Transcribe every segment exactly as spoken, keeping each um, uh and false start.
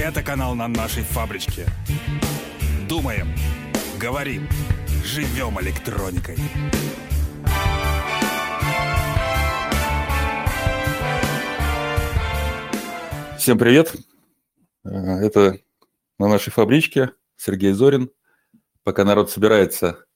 Это канал на нашей фабричке. Думаем, говорим, живем электроникой. Всем привет. Это на нашей фабричке Сергей Зорин. Пока народ собирается,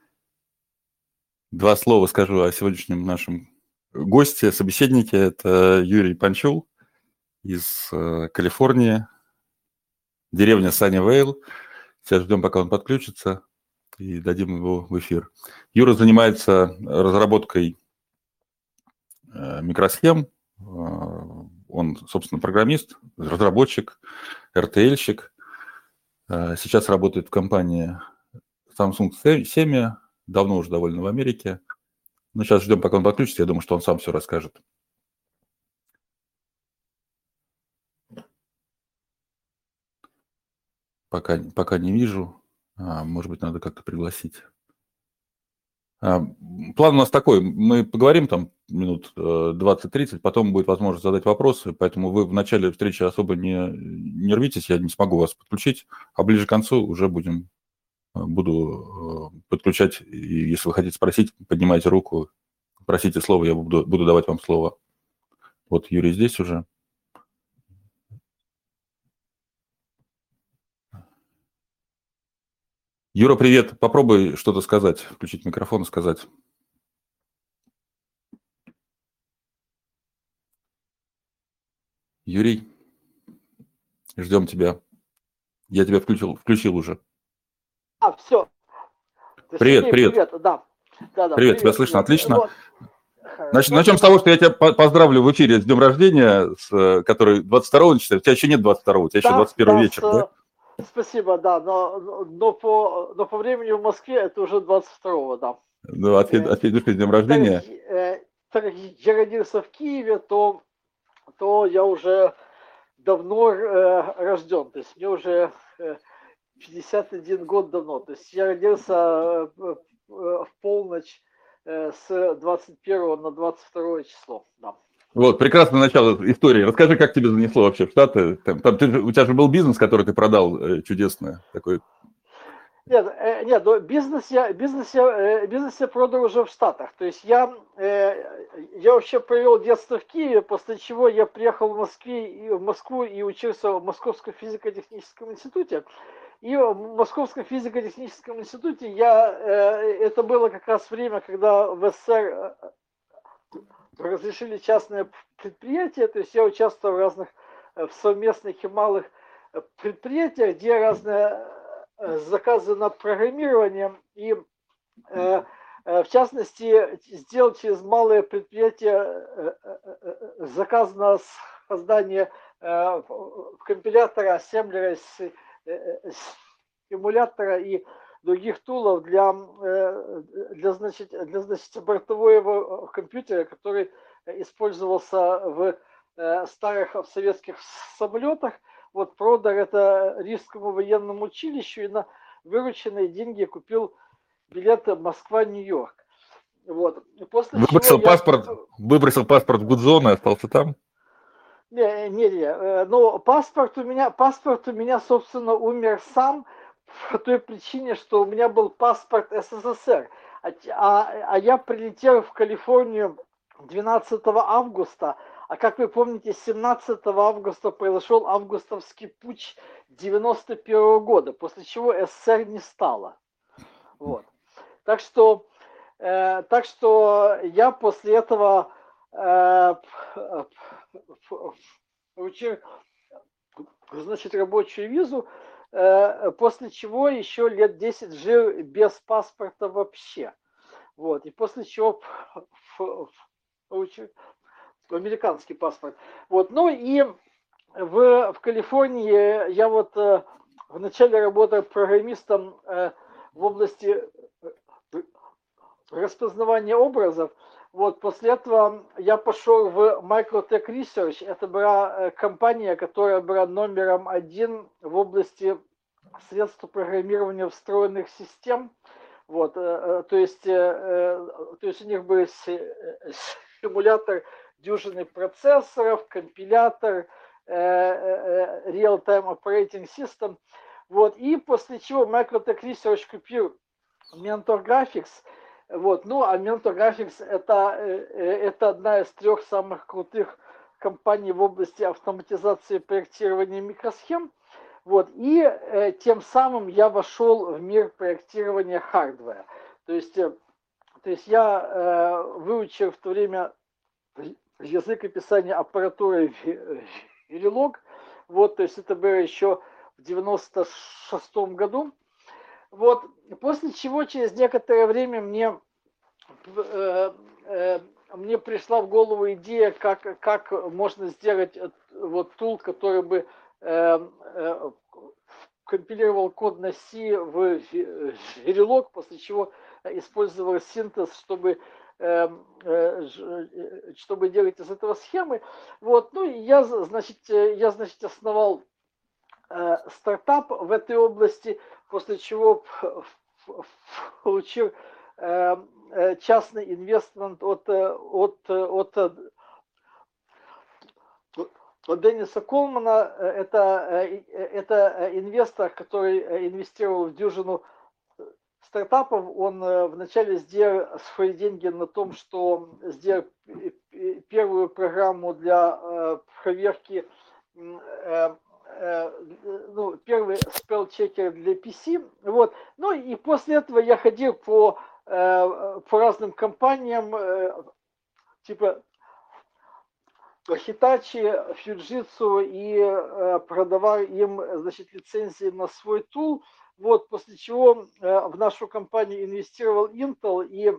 два слова скажу о сегодняшнем нашем госте, собеседнике. Это Юрий Панчул из Калифорнии, деревня Саннивейл. Сейчас ждем, пока он подключится, и дадим его в эфир. Юра занимается разработкой микросхем. Он, собственно, программист, разработчик, эр ти эл-щик. Сейчас работает в компании Samsung Semi, давно уже довольно в Америке. Но сейчас ждем, пока он подключится. Я думаю, что он сам все расскажет. Пока, пока не вижу. А, может быть, надо как-то пригласить. А, план у нас такой. Мы поговорим там минут двадцать-тридцать, потом будет возможность задать вопросы. Поэтому вы в начале встречи особо не, не рвитесь, я не смогу вас подключить. А ближе к концу уже будем, буду подключать. И если вы хотите спросить, поднимайте руку, просите слово, я буду, буду давать вам слово. Вот Юрий здесь уже. Юра, привет. Попробуй что-то сказать, включить микрофон и сказать. Юрий, ждем тебя. Я тебя включил, включил уже. А, все. Привет, Сергей, привет. Привет, да. Да, да, Привет, привет, тебя слышно, привет. отлично. Вот. Значит, начнем с того, что я тебя поздравлю в эфире с днем рождения, с, который двадцать второго числа. У тебя еще нет двадцать второго, у тебя да, еще двадцать первый да, вечер, с... да? Спасибо, да, но, но, по, но по времени в Москве это уже двадцать второго, да. Ну, от всей души с днем рождения. Так, так как я родился в Киеве, то, то я уже давно э, рожден, то есть мне уже э, пятьдесят один год давно, то есть я родился э, э, в полночь э, с двадцать первого на двадцать второе число, да. Вот, прекрасное начало истории. Расскажи, как тебе занесло вообще в Штаты? Там, там, ты, у тебя же был бизнес, который ты продал, э, чудесный такой. Нет, э, нет, бизнес я, бизнес, я, э, бизнес я продал уже в Штатах. То есть я, э, я вообще провел детство в Киеве, после чего я приехал в, Москве, и, в Москву и учился в Московском физико-техническом институте. И в Московском физико-техническом институте я, э, это было как раз время, когда в СССР разрешили частные предприятия, то есть я участвовал в разных в совместных и малых предприятиях, где разные заказы на программирование и э, в частности сделать через малые предприятия заказ на создание э, компилятора, ассемблера, симулятора и других тулов для, для, значит, для значит, бортового компьютера, который использовался в старых в советских самолетах. Вот продал это Рижскому военному училищу и на вырученные деньги купил билет Москва-Нью-Йорк. Вот. После выбросил чего паспорт, я... выбросил паспорт в Гудзон и остался там? Не, не, не. Но паспорт у меня, паспорт у меня, собственно, умер сам по той причине, что у меня был паспорт СССР. А, а, а я прилетел в Калифорнию двенадцатого августа, а как вы помните, семнадцатого августа произошел августовский путч девяносто первого года, после чего СССР не стало. Вот. Так что, э, так что я после этого э, получил, значит, рабочую визу, э, после чего еще лет десять жил без паспорта вообще. Вот. И после чего получил американский паспорт. Вот. Ну и в, в Калифорнии я вот э, вначале работал программистом э, в области распознавания образов. Вот. После этого я пошел в Microtech Research. Это была компания, которая была номером один в области средств программирования встроенных систем. Вот. Э, то есть, э, то есть у них был симулятор дюжины процессоров, компилятор, Real-Time Operating System. Вот, и после чего Microtech Research купил Mentor Graphics. Вот, ну, а Mentor Graphics это, это одна из трех самых крутых компаний в области автоматизации проектирования микросхем. Вот, и э, тем самым я вошел в мир проектирования хардвера. То есть, э, то есть я э, выучил в то время язык описания аппаратуры Verilog. Вот, то есть это было еще в девяносто шестом году. Вот, после чего через некоторое время мне, э, э, мне пришла в голову идея, как, как можно сделать вот тул, который бы э, э, компилировал код на C в Verilog, после чего использовал синтез, чтобы, э, э, чтобы делать из этого схемы. Вот, ну и я, значит, я, значит, основал э, стартап в этой области, после чего получил э, частный инвестмент от, от, от, от Денниса Колмана. Это, это инвестор, который инвестировал в дюжину стартапов. Он вначале сделал свои деньги на том, что сделал первую программу для проверки, ну, первый спелл-чекер для пи си. Вот. Ну и после этого я ходил по, по разным компаниям, типа Hitachi, Fujitsu, и продавал им, значит, лицензии на свой тул. Вот, после чего в нашу компанию инвестировал Intel, и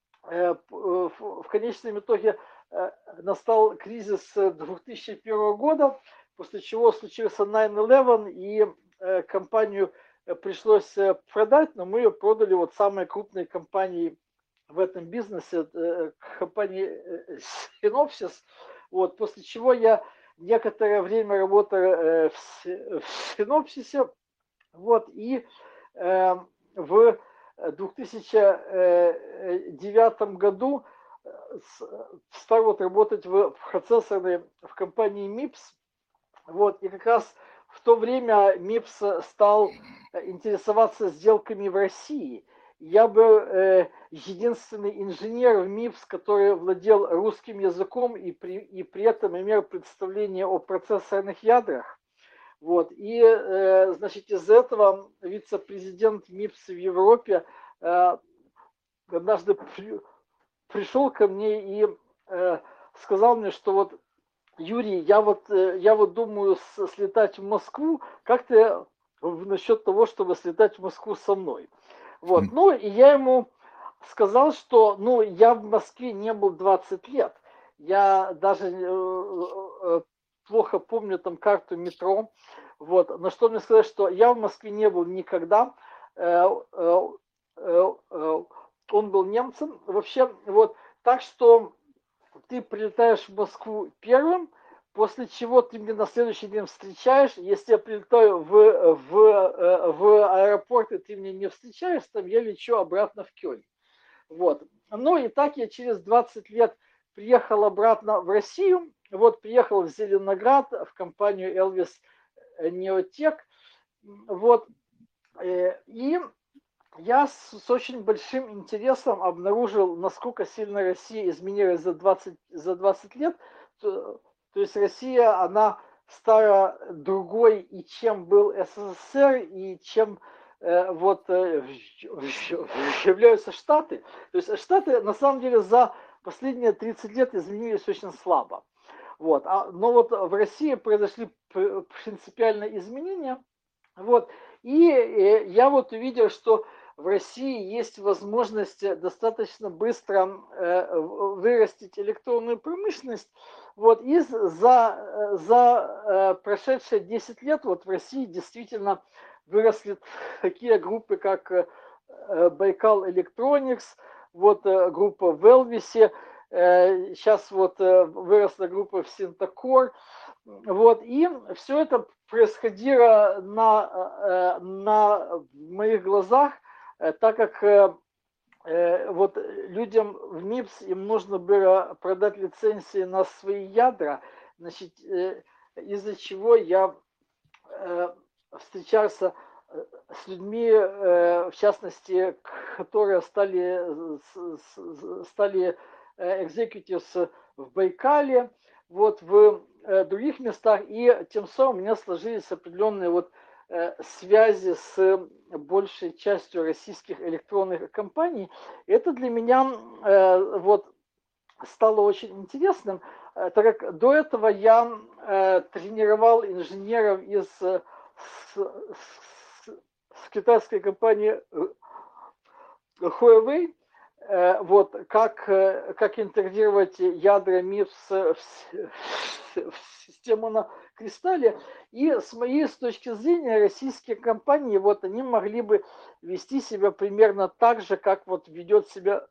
в конечном итоге настал кризис две тысячи первого года, после чего случился найн элевен, и компанию пришлось продать, но мы ее продали вот самой крупной компании в этом бизнесе, компании Synopsys. Вот, после чего я некоторое время работал в Synopsys. Вот, и в две тысячи девятом году стал вот работать в процессорной в компании мипс. Вот, и как раз в то время мипс стал интересоваться сделками в России. Я был э, единственный инженер в мипс, который владел русским языком и при, и при этом имел представление о процессорных ядрах. Вот, и, э, значит, из-за этого вице-президент мипс в Европе э, однажды при, пришел ко мне и э, сказал мне, что вот, Юрий, я вот, я вот думаю слетать в Москву, как ты насчет того, чтобы слетать в Москву со мной? Вот, ну, и я ему сказал, что, ну, я в Москве не был двадцать лет, я даже э, плохо помню там карту метро, вот, на что мне сказали, что я в Москве не был никогда, э, э, э, э, он был немцем, вообще, вот, так что ты прилетаешь в Москву первым, после чего ты меня на следующий день встречаешь. Если я прилетаю в, в, в аэропорт, и ты меня не встречаешь, там я лечу обратно в Кёльн. Вот. Ну и так я через двадцать лет приехал обратно в Россию. Вот, приехал в Зеленоград, в компанию Elvis Neotech. Вот. И я с, с очень большим интересом обнаружил, насколько сильно Россия изменилась за двадцать, за двадцать лет. То, то есть Россия, она стала другой, и чем был СССР, и чем э, вот э, являются Штаты. То есть Штаты на самом деле за последние тридцать лет изменились очень слабо. Вот. А, но вот в России произошли принципиальные изменения. Вот. И э, я вот увидел, что в России есть возможность достаточно быстро э, вырастить электронную промышленность. Вот, и за, за э, прошедшие десять лет вот в России действительно выросли такие группы, как э, Байкал Электроникс, вот э, группа в Элвисе, э, сейчас вот э, выросла группа в Синтакор. Вот, и все это происходило на, э, на моих глазах, так как э, вот людям в мипс им нужно было продать лицензии на свои ядра, значит, э, из-за чего я встречался с людьми, в частности, которые стали, стали executives в Байкале, вот в других местах, и тем самым у меня сложились определенные вот связи с большей частью российских электронных компаний. Это для меня вот стало очень интересным, так как до этого я тренировал инженеров из с, с, с китайской компании Huawei, вот, как, как интегрировать ядра миф в, в систему на кристалле. И с моей с точки зрения российские компании, вот, они могли бы вести себя примерно так же, как вот ведет себя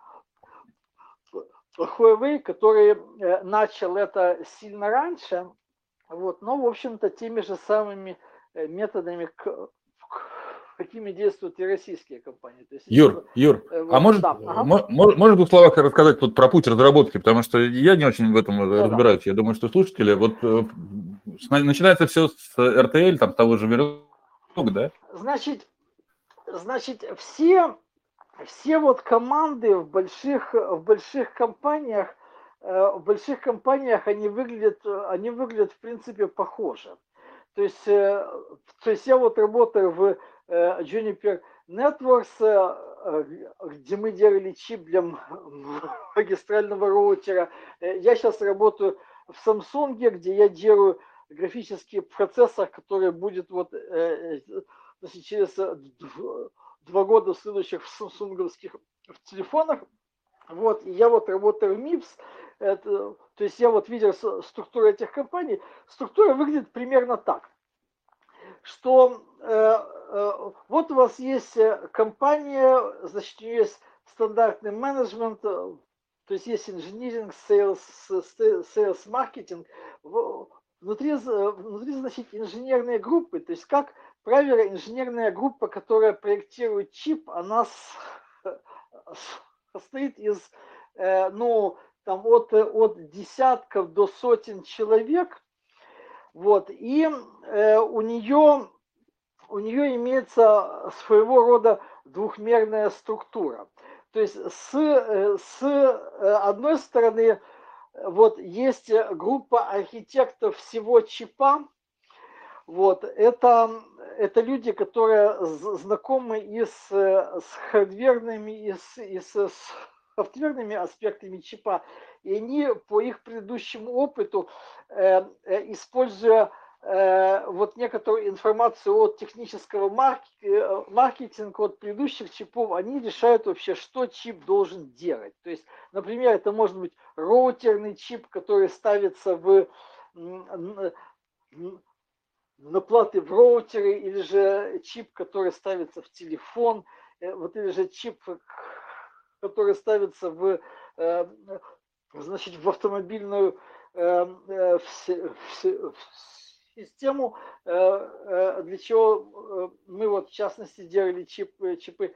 Huawei, который начал это сильно раньше, вот, но, в общем-то, теми же самыми методами, какими действуют и российские компании. То есть, Юр, вот, Юр, вот, а может, да, ага. может, может в двух словах рассказать вот про путь разработки, потому что я не очень в этом Да, разбираюсь. Да. Я думаю, что слушатели, вот начинается все с эр тэ эл, там того же Verilog, да? Значит, значит, все, все вот команды в больших, в больших компаниях, в больших компаниях они выглядят, они выглядят в принципе похоже. То есть, то есть я вот работаю в Juniper Networks, где мы делали чип для магистрального роутера. Я сейчас работаю в Samsung, где я делаю графический процессор, который будет вот значит, через два года следующих в самсунговских телефонах. Вот, и я вот работаю в мипс, это, то есть я вот видел структуру этих компаний. Структура выглядит примерно так, что э, э, вот у вас есть компания, значит, у нее есть стандартный менеджмент, то есть есть инжиниринг, сейлс, сейлс, маркетинг. Внутри, внутри, значит, инженерные группы, то есть как правило, инженерная группа, которая проектирует чип, она состоит из, э, ну, там от, от десятков до сотен человек, вот, и э, у нее, у нее имеется своего рода двухмерная структура. То есть с, с одной стороны, вот есть группа архитектов всего чипа, вот, это, это люди, которые знакомы и с, с хардверными, и с, и с софтверными аспектами чипа. И они по их предыдущему опыту, э, используя э, вот некоторую информацию от технического маркетинга, от предыдущих чипов, они решают вообще, что чип должен делать. То есть, например, это может быть роутерный чип, который ставится в на платы в роутере, или же чип, который ставится в телефон, вот, или же чип, который ставится в, значит, в автомобильную в систему, для чего мы вот в частности делали чип, чипы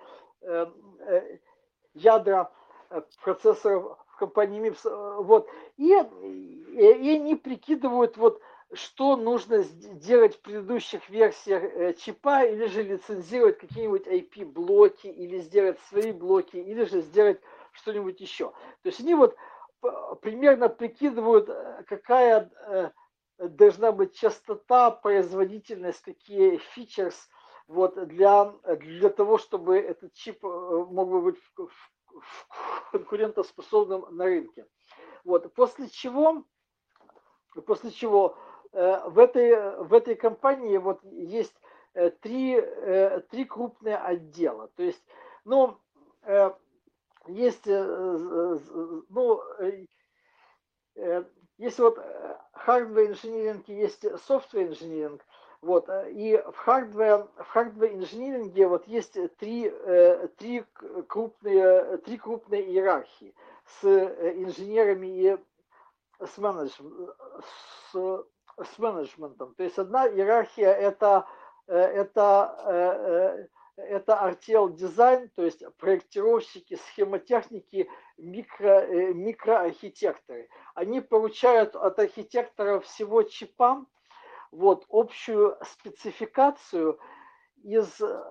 ядра процессоров в компании мипс. Вот. И, и они прикидывают, вот, что нужно сделать в предыдущих версиях чипа, или же лицензировать какие-нибудь ай пи-блоки, или сделать свои блоки, или же сделать что-нибудь еще. То есть они вот примерно прикидывают, какая должна быть частота, производительность, какие фичерс вот, для, для того, чтобы этот чип мог бы быть конкурентоспособным на рынке. Вот. После чего, после чего э, в, этой, в этой компании вот есть э, три, э, три крупные отдела. То есть, ну, э, есть, э, ну, э, есть вот hardware инжиниринг, есть software инжиниринг. Вот, и в hardware, в hardware инжиниринге вот есть три, три, крупные, три крупные иерархии с инженерами и с, менедж, с, с менеджментом. То есть одна иерархия это, это это ар ти эл дизайн, то есть проектировщики, схемотехники, микро, микроархитекторы. Они получают от архитекторов всего чипа вот, общую спецификацию из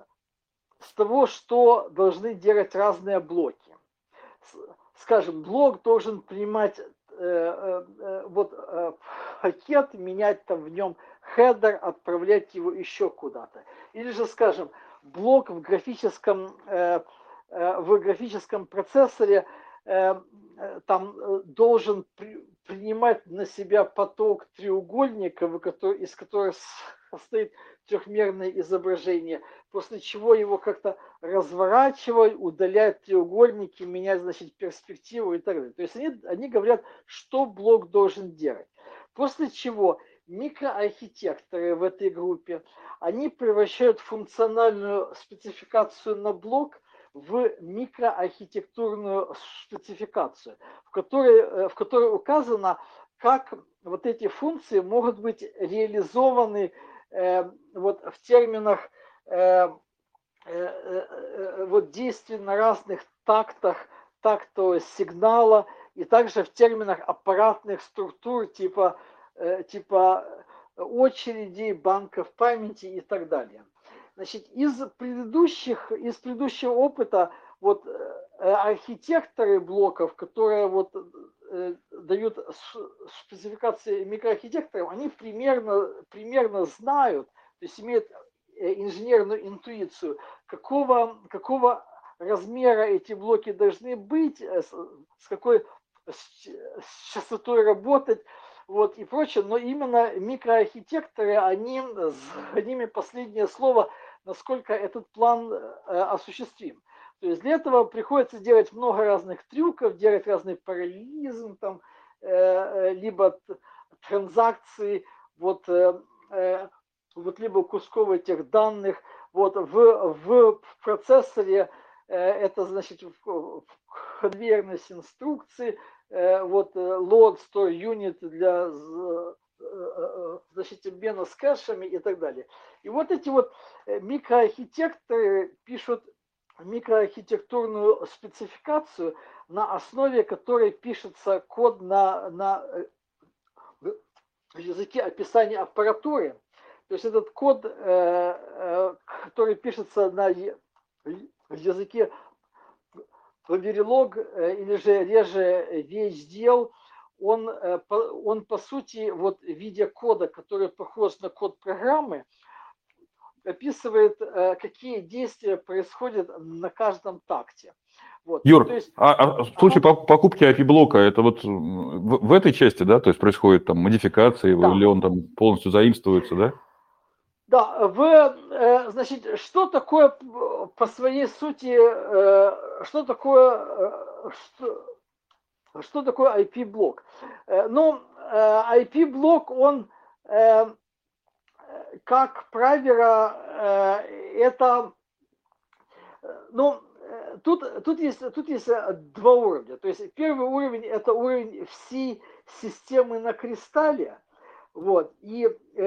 с того, что должны делать разные блоки. Скажем, блок должен принимать э, э, вот, э, пакет, менять там в нем хедер, отправлять его еще куда-то. Или же, скажем, блок в графическом, э, э, в графическом процессоре э, там должен при, принимать на себя поток треугольников, из которых состоит трехмерное изображение, после чего его как-то разворачивать, удалять треугольники, менять, значит, перспективу и так далее. То есть они, они говорят, что блок должен делать. После чего микроархитекторы в этой группе, они превращают функциональную спецификацию на блок в микроархитектурную спецификацию, в которой, в которой указано, как вот эти функции могут быть реализованы э, вот в терминах э, э, э, вот действий на разных тактах, тактового сигнала, и также в терминах аппаратных структур типа, э, типа очередей, банков памяти и так далее. Значит, из предыдущих, из предыдущего опыта вот архитекторы блоков, которые вот э, дают спецификации микроархитекторам, они примерно, примерно знают, то есть имеют инженерную интуицию, какого, какого размера эти блоки должны быть, с, с какой с частотой работать, вот, и прочее, но именно микроархитекторы, они, за ними последнее слово, насколько этот план э, осуществим. То есть для этого приходится делать много разных трюков, делать разный параллелизм, там, э, либо транзакции, вот, э, вот, либо кусков этих данных, вот, в, в процессоре, э, это значит в конвейерность инструкции, вот load store unit для значит, обмена с кэшами и так далее. И вот эти вот микроархитекторы пишут микроархитектурную спецификацию, на основе которой пишется код на, на языке описания аппаратуры. То есть этот код, который пишется на языке Verilog или же реже ви эйч ди эл, он, он по сути вот в виде кода, который похож на код программы, описывает, какие действия происходят на каждом такте. Вот. Юр, то есть, а, а в случае ага. покупки ай пи-блока, это вот в, в этой части, да, то есть происходит там модификация его, да. Или он там полностью заимствуется, да? Да, в, значит, что такое по своей сути, что такое, что, что такое ай пи-блок? Ну, ай пи-блок, он, как правило, это, ну, тут, тут, есть, тут есть два уровня. То есть первый уровень – это уровень всей системы на кристалле. Вот. И,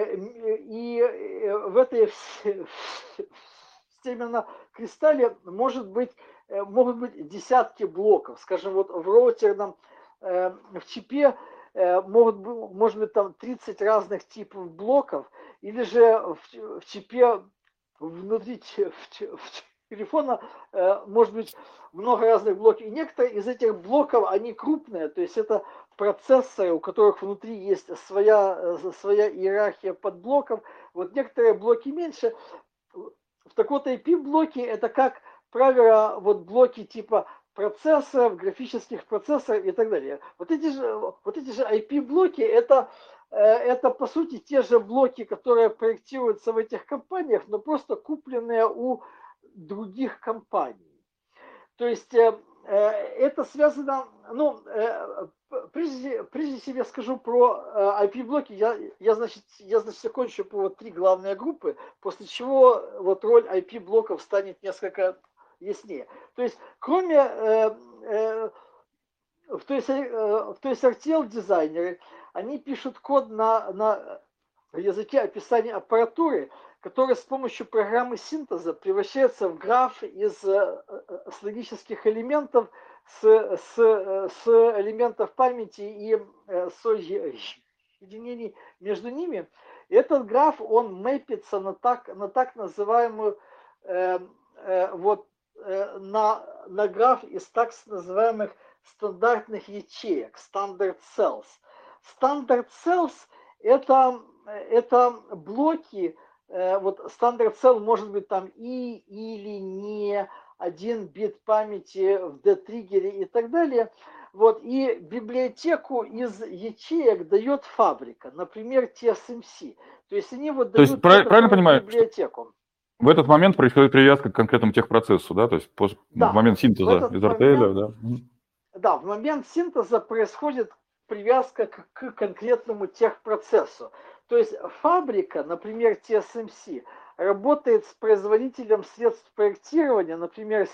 и в этой системе на кристалле может быть, могут быть десятки блоков. Скажем, вот в роутерном в чипе могут, может быть там тридцать разных типов блоков, или же в, в чипе внутри телефона может быть много разных блоков. И некоторые из этих блоков, они крупные, то есть это процессоры, у которых внутри есть своя, своя иерархия подблоков. Вот некоторые блоки меньше. Так вот, ай пи-блоки это, как правило, вот блоки типа процессоров, графических процессоров и так далее. Вот эти же, вот эти же ай пи-блоки это, это по сути те же блоки, которые проектируются в этих компаниях, но просто купленные у других компаний. То есть это связано, ну, прежде, прежде всего я скажу про ай пи-блоки, я, я, значит, я, значит, закончу по вот три главные группы, после чего вот роль ай пи-блоков станет несколько яснее. То есть, кроме, э, э, то есть, э, то есть ар ти эл-дизайнеры, они пишут код на, на языке описания аппаратуры, который с помощью программы синтеза превращается в граф из э, с логических элементов, с, с, с элементов памяти и э, соединений между ними. И этот граф, он мэпится на так, на так называемую э, э, вот, э, на, на граф из так называемых стандартных ячеек, standard cells. Standard cells это, это блоки, э, вот standard cell может быть там и или не, один бит памяти в D-триггере и так далее. Вот, и библиотеку из ячеек дает фабрика, например, ти эс эм си. То есть они вот То есть дают прав- правильно эту понимаю, что библиотеку. в этот момент происходит привязка к конкретному техпроцессу, да? То есть пос- Да, в момент в синтеза этот из эр ти эл, момент, да? Мгм. да, в момент синтеза происходит привязка к, к конкретному техпроцессу. То есть фабрика, например, ти эс эм си, работает с производителем средств проектирования, например,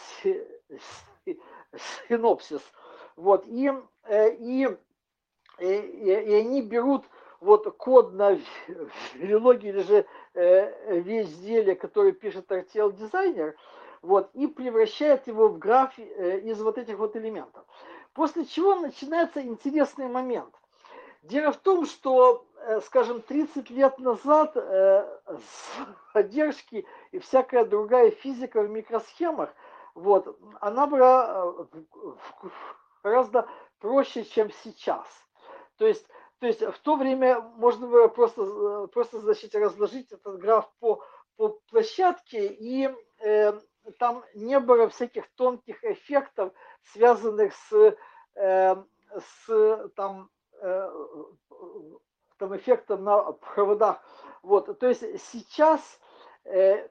Synopsys. Вот, и, э, и, и, и они берут вот код на Verilog или же э, весь изделие, который пишет ар ти эл-дизайнер, вот, и превращает его в граф э, из вот этих вот элементов. После чего начинается интересный момент. Дело в том, что, э, скажем, тридцать лет назад э, задержки и всякая другая физика в микросхемах, вот, она была гораздо проще, чем сейчас. То есть, то есть в то время можно было просто, просто значит, разложить этот граф по, по площадке, и э, там не было всяких тонких эффектов, связанных с, э, с там, э, там, эффектом на проводах. Вот, то есть сейчас э,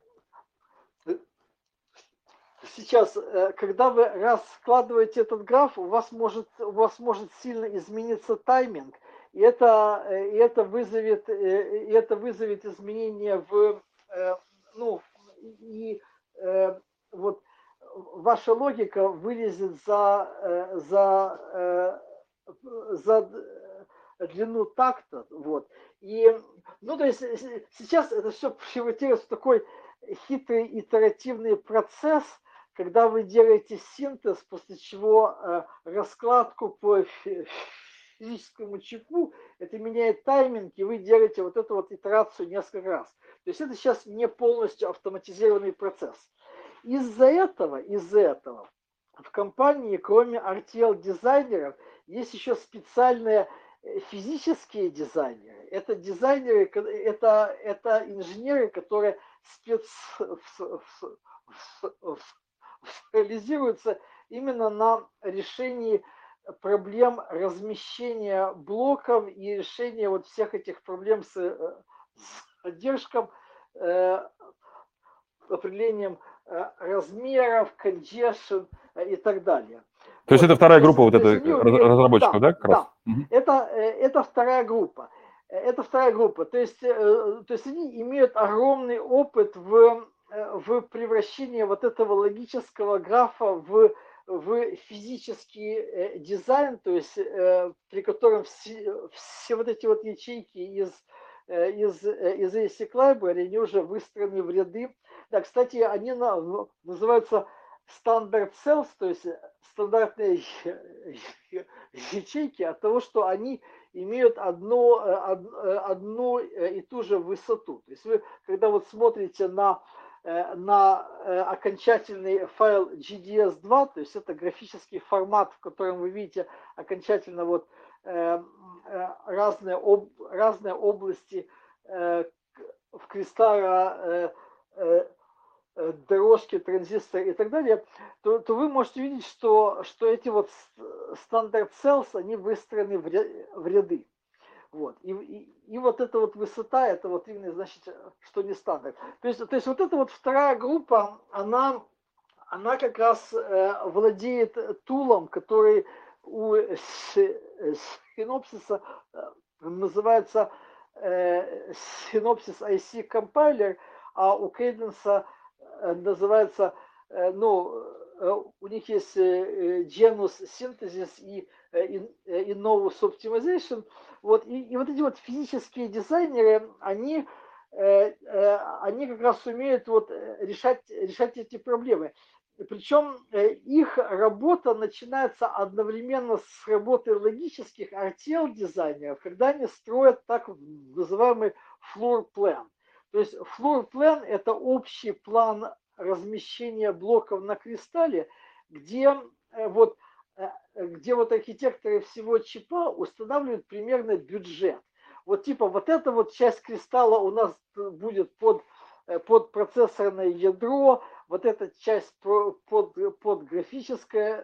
Сейчас, когда вы раскладываете этот граф, у вас может, у вас может сильно измениться тайминг, и это, и это, вызовет, и это вызовет изменения в, ну, и вот ваша логика вылезет за, за, за длину такта, вот. И, ну, то есть сейчас это все превратилось в такой хитрый итеративный процесс, когда вы делаете синтез, после чего э, раскладку по физическому чеку, это меняет тайминг, и вы делаете вот эту вот итерацию несколько раз. То есть это сейчас не полностью автоматизированный процесс. Из-за этого, из-за этого в компании, кроме ар ти эл-дизайнеров, есть еще специальные физические дизайнеры. Это дизайнеры, это, это инженеры, которые специализируются именно на решении проблем размещения блоков и решения вот всех этих проблем с, с задержком, э, определением э, размеров, congestion э, и так далее. То есть вот. это вторая то группа есть, вот этой умеют... разработчиков, да, да, как раз? Да, угу. это, это вторая группа. Это вторая группа. То есть, то есть они имеют огромный опыт в, в превращении вот этого логического графа в, в физический дизайн, то есть при котором все, все вот эти вот ячейки из, из, из эй эс ай си Library, они уже выстроены в ряды. Да, кстати, они называются standard cells, то есть стандартные ячейки, от того, что они имеют одну, одну и ту же высоту. То есть вы, когда вот смотрите на, на окончательный файл джи ди эс два, то есть это графический формат, в котором вы видите окончательно вот разные, об, разные области в кристалла, дорожки, транзисторы и так далее, то, то вы можете видеть, что, что эти вот стандарт cells, они выстроены в, в ряды. Вот. И, и, и вот эта вот высота, это вот именно значит, что не стандарт. То есть, то есть вот эта вот вторая группа, она, она как раз э, владеет тулом, который у Synopsys э, называется э, Synopsys ай си Compiler, а у Cadence называется, ну, у них есть Genus Synthesis и, и, и Novus Optimization. Вот, и, и вот эти вот физические дизайнеры, они э, э, они как раз умеют вот решать, решать эти проблемы. Причем их работа начинается одновременно с работы логических ар ти эл-дизайнеров, когда они строят так называемый floor plan. То есть floor plan – это общий план размещения блоков на кристалле, где вот, где вот архитекторы всего чипа устанавливают примерно бюджет. Вот типа вот эта вот часть кристалла у нас будет под, под процессорное ядро, вот эта часть под, под графическое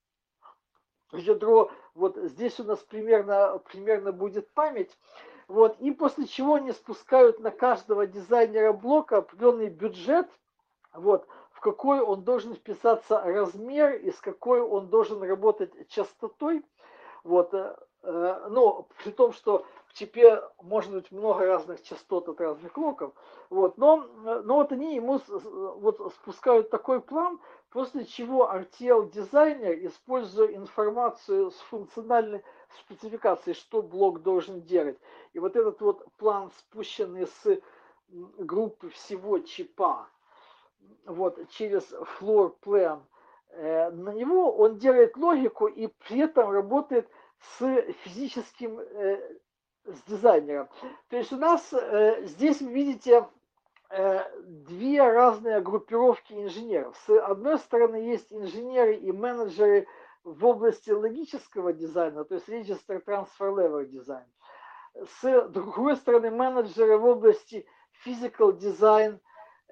ядро, вот здесь у нас примерно, примерно будет память. Вот, и после чего они спускают на каждого дизайнера блока определенный бюджет, вот, в какой он должен вписаться размер и с какой он должен работать частотой. Вот, но при том, что в чипе может быть много разных частот от разных блоков, вот, но, но вот они ему вот спускают такой план, после чего ар ти эл-дизайнер, используя информацию с функциональной спецификацией, что блок должен делать, и вот этот вот план, спущенный с группы всего чипа, вот, через floor plan, э, на него он делает логику и при этом работает с физическим, э, с дизайнером. То есть у нас э, здесь вы видите э, две разные группировки инженеров. С одной стороны есть инженеры и менеджеры в области логического дизайна, то есть Register Transfer Level дизайн. С другой стороны менеджеры в области physical design,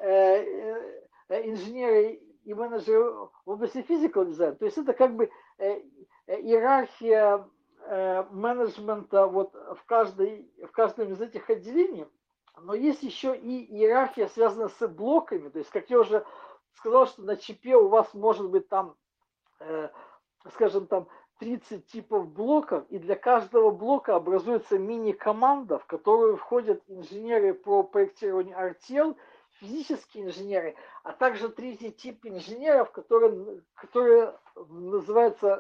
э, э, инженеры и менеджеры в области physical design. То есть это как бы э, иерархия э, менеджмента вот в, каждой, в каждом из этих отделений. Но есть еще и иерархия, связанная с блоками. То есть, как я уже сказал, что на чипе у вас может быть там, э, скажем, там тридцать типов блоков, и для каждого блока образуется мини-команда, в которую входят инженеры по проектированию ар ти эл, физические инженеры, а также третий тип инженеров, которые, которые называются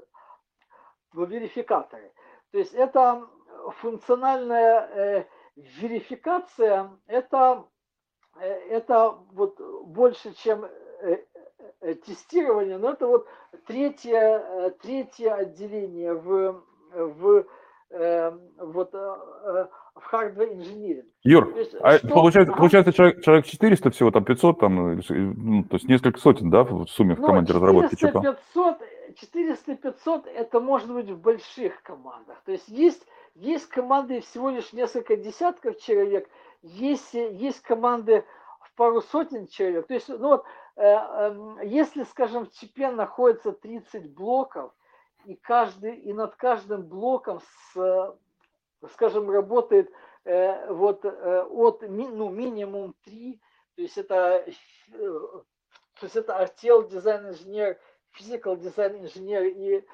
верификаторы. То есть это функциональная э, верификация, это, э, это вот больше, чем э, э, тестирование, но это вот третье, э, третье отделение в, в, э, вот, э, в hardware engineering. Юр, то есть, а что... получается, ага. получается человек, человек четыреста всего, там пятьсот, там, ну, то есть несколько сотен, да, в сумме в Ну, команде разработки чипа? четыреста пятьсот это может быть в больших командах. То есть есть, есть команды всего лишь несколько десятков человек, есть, есть команды в пару сотен человек. То есть, ну вот, э, э, если, скажем, в чипе находится тридцать блоков, и, каждый, и над каждым блоком, с, скажем, работает э, вот, э, от ну, минимум три, то есть это... Э, То есть это ар ти эл дизайн инженер, physical дизайн инженер и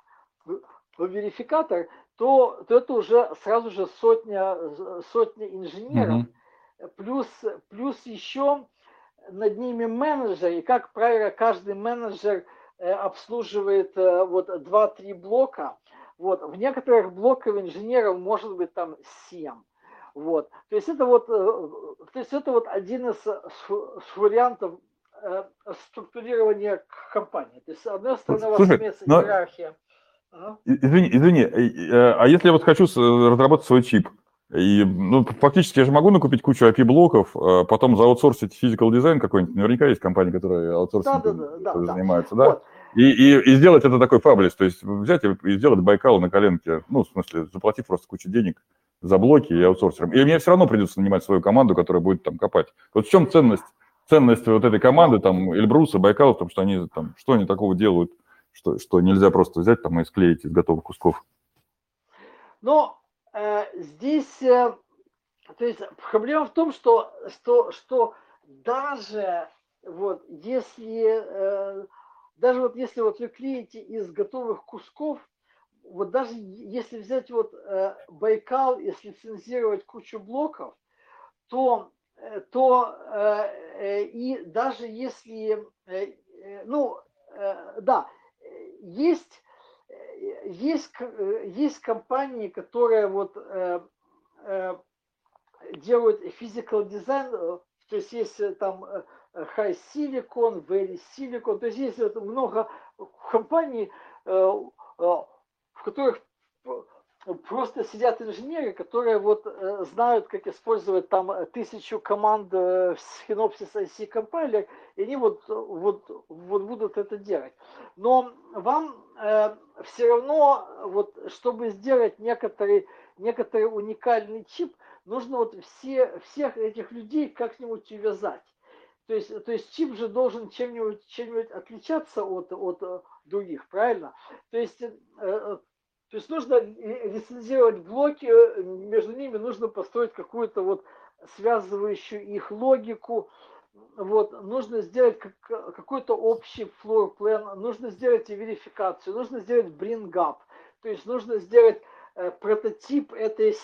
верификатор, то, то это уже сразу же сотня, сотня инженеров, угу. плюс, плюс еще над ними менеджер, и как правило каждый менеджер обслуживает вот два-три блока. Вот. В некоторых блоках инженеров может быть там семь. Вот. То есть это вот, то есть это вот один из вариантов структурирования компании. То есть, с одной стороны, у вас Слушай, имеется но... иерархия. Ага. Извини, извини, а если я вот хочу разработать свой чип, и, ну, фактически я же могу накупить кучу ай пи-блоков, потом зааутсорсить physical design какой-нибудь, наверняка есть компании, которые аутсорсингом да, да, да, занимаются, да. да? Вот. И, и, и сделать это такой фаблис, то есть взять и сделать Байкал на коленке, ну, в смысле, заплатив просто кучу денег за блоки и аутсорсерам. И мне все равно придется нанимать свою команду, которая будет там копать. Вот в чем ценность, ценность вот этой команды, там, Эльбруса, Байкала, в том, что они там, что они такого делают, что, что нельзя просто взять там и склеить из готовых кусков? Но э, здесь, э, то есть проблема в том, что, что, что даже вот если, э, даже вот если вот вы клеите из готовых кусков, вот даже если взять вот э, Байкал и слицензировать кучу блоков, то, э, то э, и даже если, э, э, ну, э, да, есть, есть, есть компании, которые вот э, э, делают physical design, то есть есть там high silicon, very silicon, то есть есть много компаний, в которых просто сидят инженеры, которые вот знают, как использовать там тысячу команд в Synopsys ай си компайлер, и они вот, вот, вот будут это делать. Но вам э, все равно, вот, чтобы сделать некоторый, некоторый уникальный чип, нужно вот все, всех этих людей как-нибудь увязать. То есть, то есть чип же должен чем-нибудь, чем-нибудь отличаться от, от других, правильно? То есть, э, то есть нужно лицензировать блоки, между ними нужно построить какую-то вот связывающую их логику. Вот, нужно сделать какой-то общий floor plan, нужно сделать верификацию, нужно сделать bring up. То есть нужно сделать э, прототип этой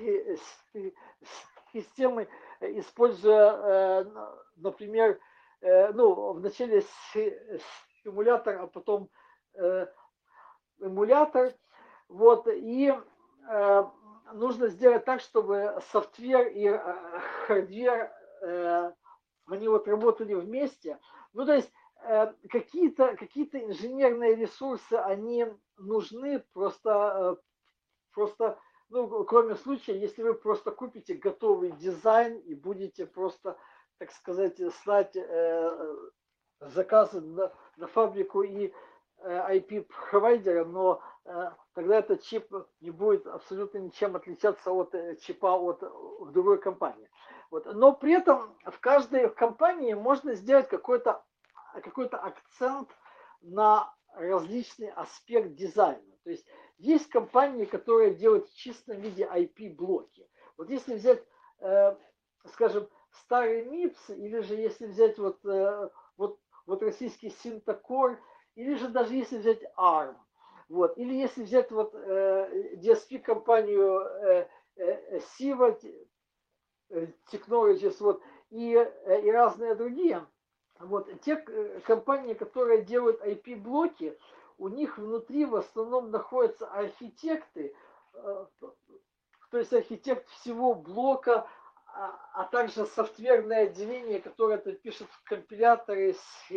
системы, используя, э, например, э, ну, вначале симулятор, а потом э, эмулятор. Вот, и э, нужно сделать так, чтобы софтвер и э, хардвер, э, они вот работали вместе. Ну, то есть э, какие-то какие-то инженерные ресурсы, они нужны, просто, э, просто, ну, кроме случая, если вы просто купите готовый дизайн и будете просто, так сказать, слать э, заказы на, на фабрику и ай пи-провайдера, но э, тогда этот чип не будет абсолютно ничем отличаться от э, чипа от в другой компании. Вот. Но при этом в каждой компании можно сделать какой-то какой-то акцент на различный аспект дизайна. То есть есть компании, которые делают в чистом виде ай пи-блоки. Вот если взять, э, скажем, старый мипс, или же если взять вот, э, вот, вот российский Синтакор, или же даже если взять арм, вот, или если взять вот э, ди эс пи-компанию э, э, Siva Technologies, вот, и, э, и разные другие, вот, те компании, которые делают ай пи-блоки, у них внутри в основном находятся архитекты, э, то есть архитект всего блока, а, а также софтверное отделение, которое это пишет в компиляторы,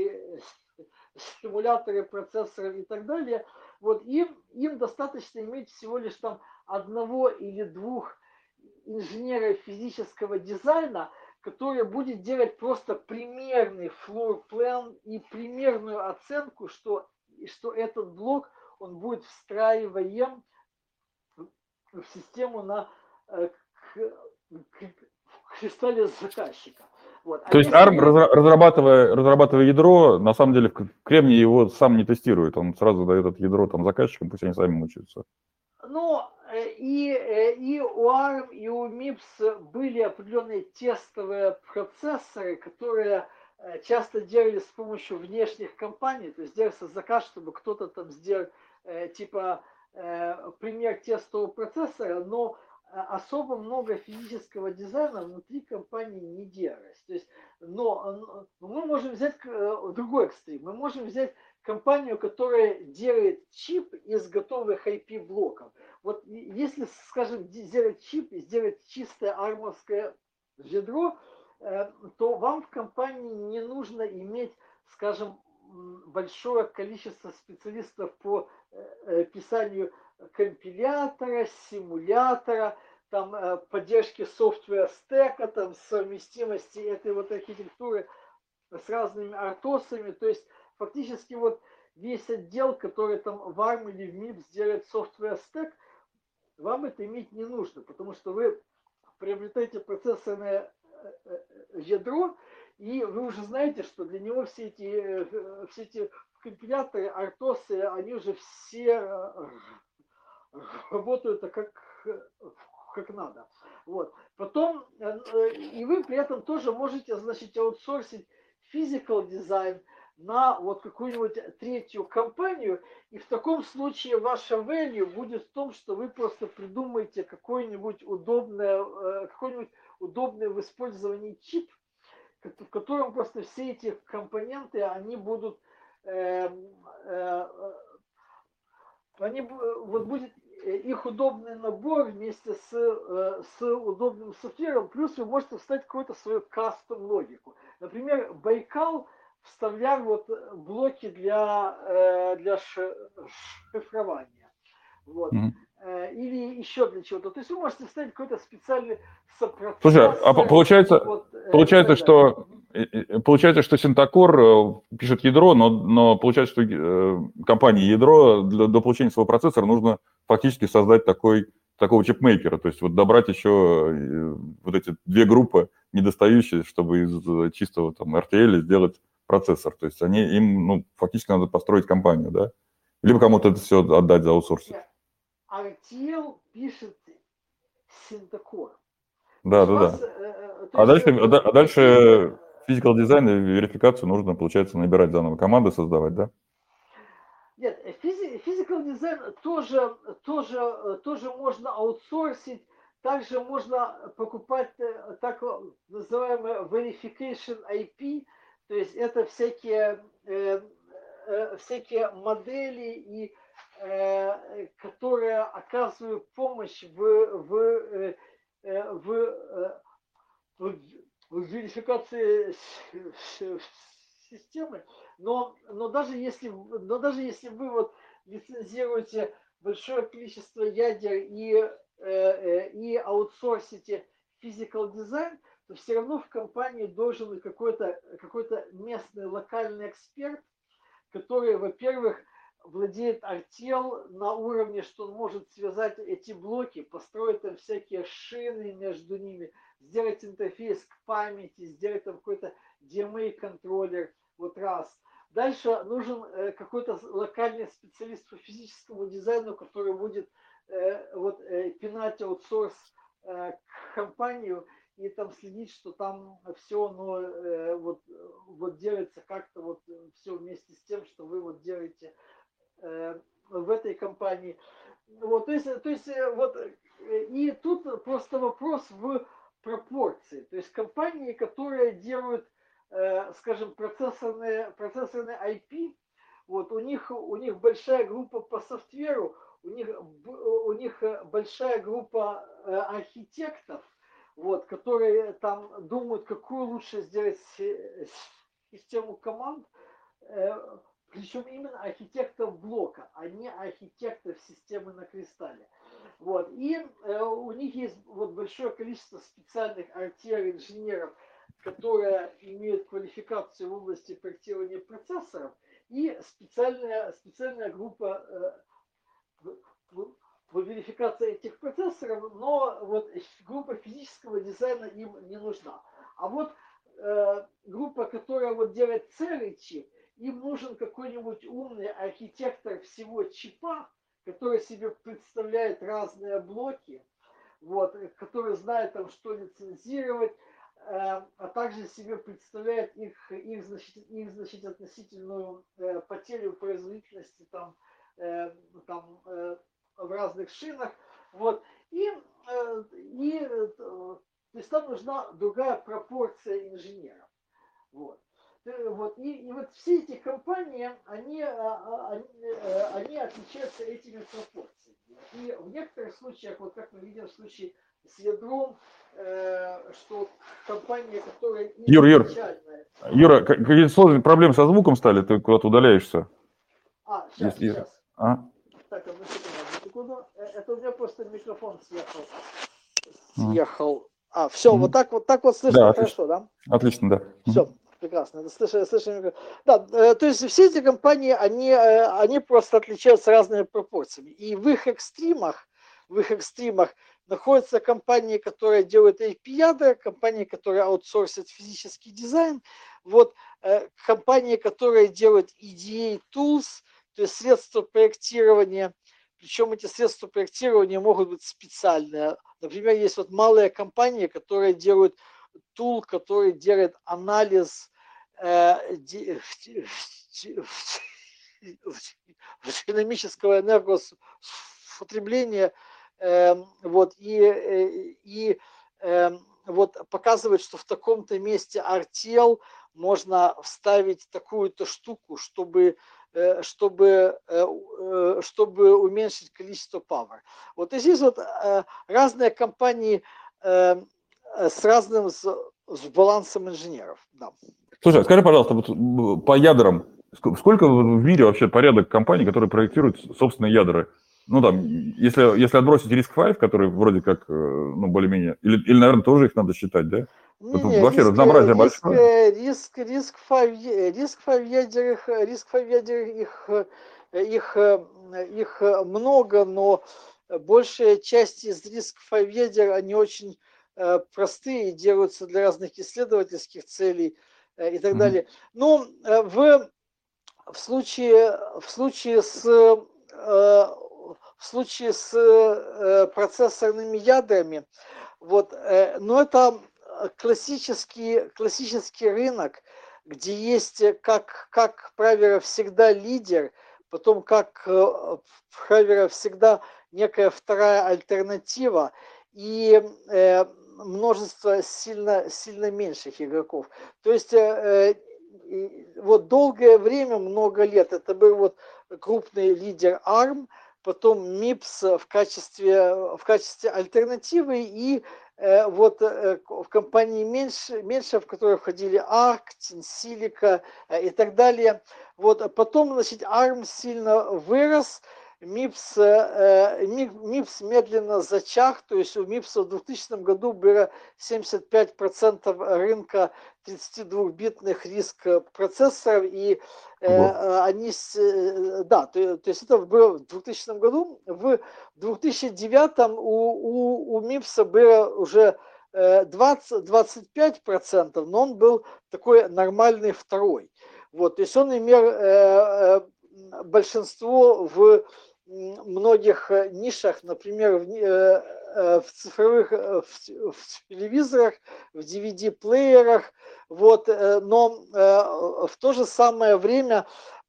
стимуляторы, процессоры и так далее. Вот им, им достаточно иметь всего лишь там одного или двух инженера физического дизайна, который будет делать просто примерный floor plan и примерную оценку, что, что этот блок он будет встраиваем в систему на к, к, к кристалле заказчика. Вот. А То есть арм, вы... разрабатывая, разрабатывая ядро, на самом деле в Кремний его сам не тестирует, он сразу дает это ядро там заказчикам, пусть они сами мучаются. Ну, и, и у арм, и у мипс были определенные тестовые процессоры, которые часто делали с помощью внешних компаний, то есть делался заказ, чтобы кто-то там сделал типа пример тестового процессора, но особо много физического дизайна внутри компании не делалось. То есть, но, но мы можем взять другой экстрим. Мы можем взять компанию, которая делает чип из готовых ай пи-блоков. Вот если, скажем, сделать чип и сделать чистое армовское ядро, то вам в компании не нужно иметь, скажем, большое количество специалистов по писанию компилятора, симулятора, там, поддержки софтвера стека, там, совместимости этой вот архитектуры с разными артосами. То есть фактически вот весь отдел, который там в арм или в мипс делает софтвер стек, вам это иметь не нужно, потому что вы приобретаете процессорное ядро, и вы уже знаете, что для него все эти, все эти компиляторы, артосы, они уже все работают как, как надо. Вот. Потом, и вы при этом тоже можете, значит, аутсорсить physical design на вот какую-нибудь третью компанию, и в таком случае ваша value будет в том, что вы просто придумаете какой-нибудь удобный, какой-нибудь удобный в использовании чип, в котором просто все эти компоненты, они будут, э, э, они, вот будет их удобный набор вместе с, с удобным софтвером, плюс вы можете вставить какую-то свою кастом логику. Например, Байкал вставлял вот блоки для, для шифрования. Вот. Mm-hmm. Или еще для чего-то. То есть вы можете вставить какой-то специальный сопроцессор. Слушай, а получается, вот, получается, что, получается, что Синтакор пишет ядро, но, но получается, что компании ядро для, для получения своего процессора нужно фактически создать такой, такого чипмейкера. То есть вот добрать еще вот эти две группы недостающие, чтобы из чистого там эр ти эл сделать процессор. То есть они, им ну, фактически надо построить компанию, да? Либо кому-то это все отдать за аутсорсинг. эр ти эл пишет Синтакор. Да, да, вас, да. Э, а, есть, дальше, э, а дальше физикал дизайн и верификацию нужно, получается, набирать заново, команды создавать, да? Нет, физикал дизайн тоже, тоже, тоже можно аутсорсить, также можно покупать так называемый verification ай пи, то есть это всякие, э, э, всякие модели и которые оказывают помощь в, в, в, в, в верификации системы, но, но, даже если, но даже если вы вот лицензируете большое количество ядер и, и аутсорсите physical design, то все равно в компании должен быть какой-то, какой-то местный локальный эксперт, который, во-первых, владеет эр ти эл на уровне, что он может связать эти блоки, построить там всякие шины между ними, сделать интерфейс к памяти, сделать там какой-то ди эм эй-контроллер, вот раз. Дальше нужен э, какой-то локальный специалист по физическому дизайну, который будет э, вот, э, пинать аутсорс э, к компанию и там следить, что там все ну, э, вот, вот делается как-то вот все вместе с тем, что вы вот делаете в этой компании. Вот, то есть, то есть вот, и тут просто вопрос в пропорции. То есть компании, которые делают, скажем, процессорные, процессорные ай пи, вот, у них, у них большая группа по софтверу, у них, у них большая группа архитектов, вот, которые там думают, какую лучше сделать систему команд, причем именно архитекторов блока, а не архитекторов системы на кристалле. Вот. И э, у них есть вот большое количество специальных эр ти эл-инженеров, которые имеют квалификацию в области проектирования процессоров, и специальная, специальная группа э, в верификации этих процессоров, но вот группа физического дизайна им не нужна. А вот э, группа, которая вот делает целый чип, им нужен какой-нибудь умный архитектор всего чипа, который себе представляет разные блоки, вот, который знает, там, что лицензировать, э, а также себе представляет их, их, значит, их значит, относительную э, потерю производительности там, э, там, э, в разных шинах. Вот. И, э, и э, то есть там нужна другая пропорция инженеров. Вот. Вот. И, и вот все эти компании, они, они, они отличаются этими пропорциями. И в некоторых случаях, вот как мы видим в случае с ядром, э, что компания, которая Юр, Юр, Юра, какие-то сложные проблемы со звуком стали, ты куда-то удаляешься. А, сейчас, Если... сейчас. А? Так, одну секунду, одну секунду. Это у меня просто микрофон съехал. Съехал. А, все, mm-hmm. вот так вот так вот слышно да, хорошо, отлично. да? Отлично, да. Все. Mm-hmm. Прекрасно, это слышно, слышно. Да, э, то есть все эти компании, они, э, они просто отличаются разными пропорциями. И в их экстримах, в их экстримах находятся компании, которые делают эй пи ядра, компании, которые аутсорсят физический дизайн, вот, э, компании, которые делают и ди эй tools, то есть средства проектирования. Причем эти средства проектирования могут быть специальные. Например, есть вот малые компании, которые делают тул, который делает анализ э, динамического энергопотребления э, вот, и, и э, вот, показывает, что в таком-то месте ар ти эл можно вставить такую-то штуку, чтобы чтобы, чтобы уменьшить количество power. Вот и здесь вот разные компании с разным с, с балансом инженеров. Да. Слушай, скажи, пожалуйста, вот по ядрам, сколько в мире вообще порядок компаний, которые проектируют собственные ядра? Ну, там, если, если отбросить риск пять, который вроде как, ну, более-менее, или, или, наверное, тоже их надо считать, да? Не, не, вообще риск, разнообразие риск, большое. Риск, риск пять, риск пять ядерных, риск пять ядерных, их, их, их много, но большая часть из риск пять ядер, они очень простые, делаются для разных исследовательских целей и так mm-hmm. далее. Но в, в, случае, в случае с в случае с процессорными ядрами, вот, но это классический, классический рынок, где есть, как, как правило, всегда лидер, потом, как правило, всегда некая вторая альтернатива и э, множество сильно, сильно меньших игроков. То есть э, вот долгое время, много лет, это был вот крупный лидер арм, потом мипс в качестве, в качестве альтернативы и э, вот э, в компании меньше, меньше, в которые входили арк, Тинсилика э, и так далее. Вот, потом, значит, арм сильно вырос, мипс, э, мипс медленно зачах, то есть у мипса в двухтысячном году было семьдесят пять процентов рынка тридцатидвухбитных риск процессоров, и э, они, да, то, то есть это было в двухтысячном году, в двух тысячи девятом у, у, у мипса было уже двадцать-двадцать пять процентов, но он был такой нормальный второй. Вот, то есть он имел э, большинство в многих нишах, например, в, в цифровых, в, в телевизорах, в ди ви ди-плеерах, вот, но в то же самое время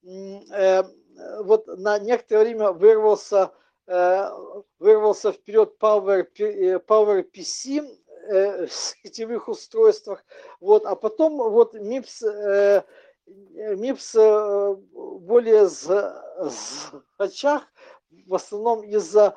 вот на некоторое время вырвался, вырвался вперед Power, Power пи си в сетевых устройствах, вот, а потом вот мипс мипс более зачах, в основном из-за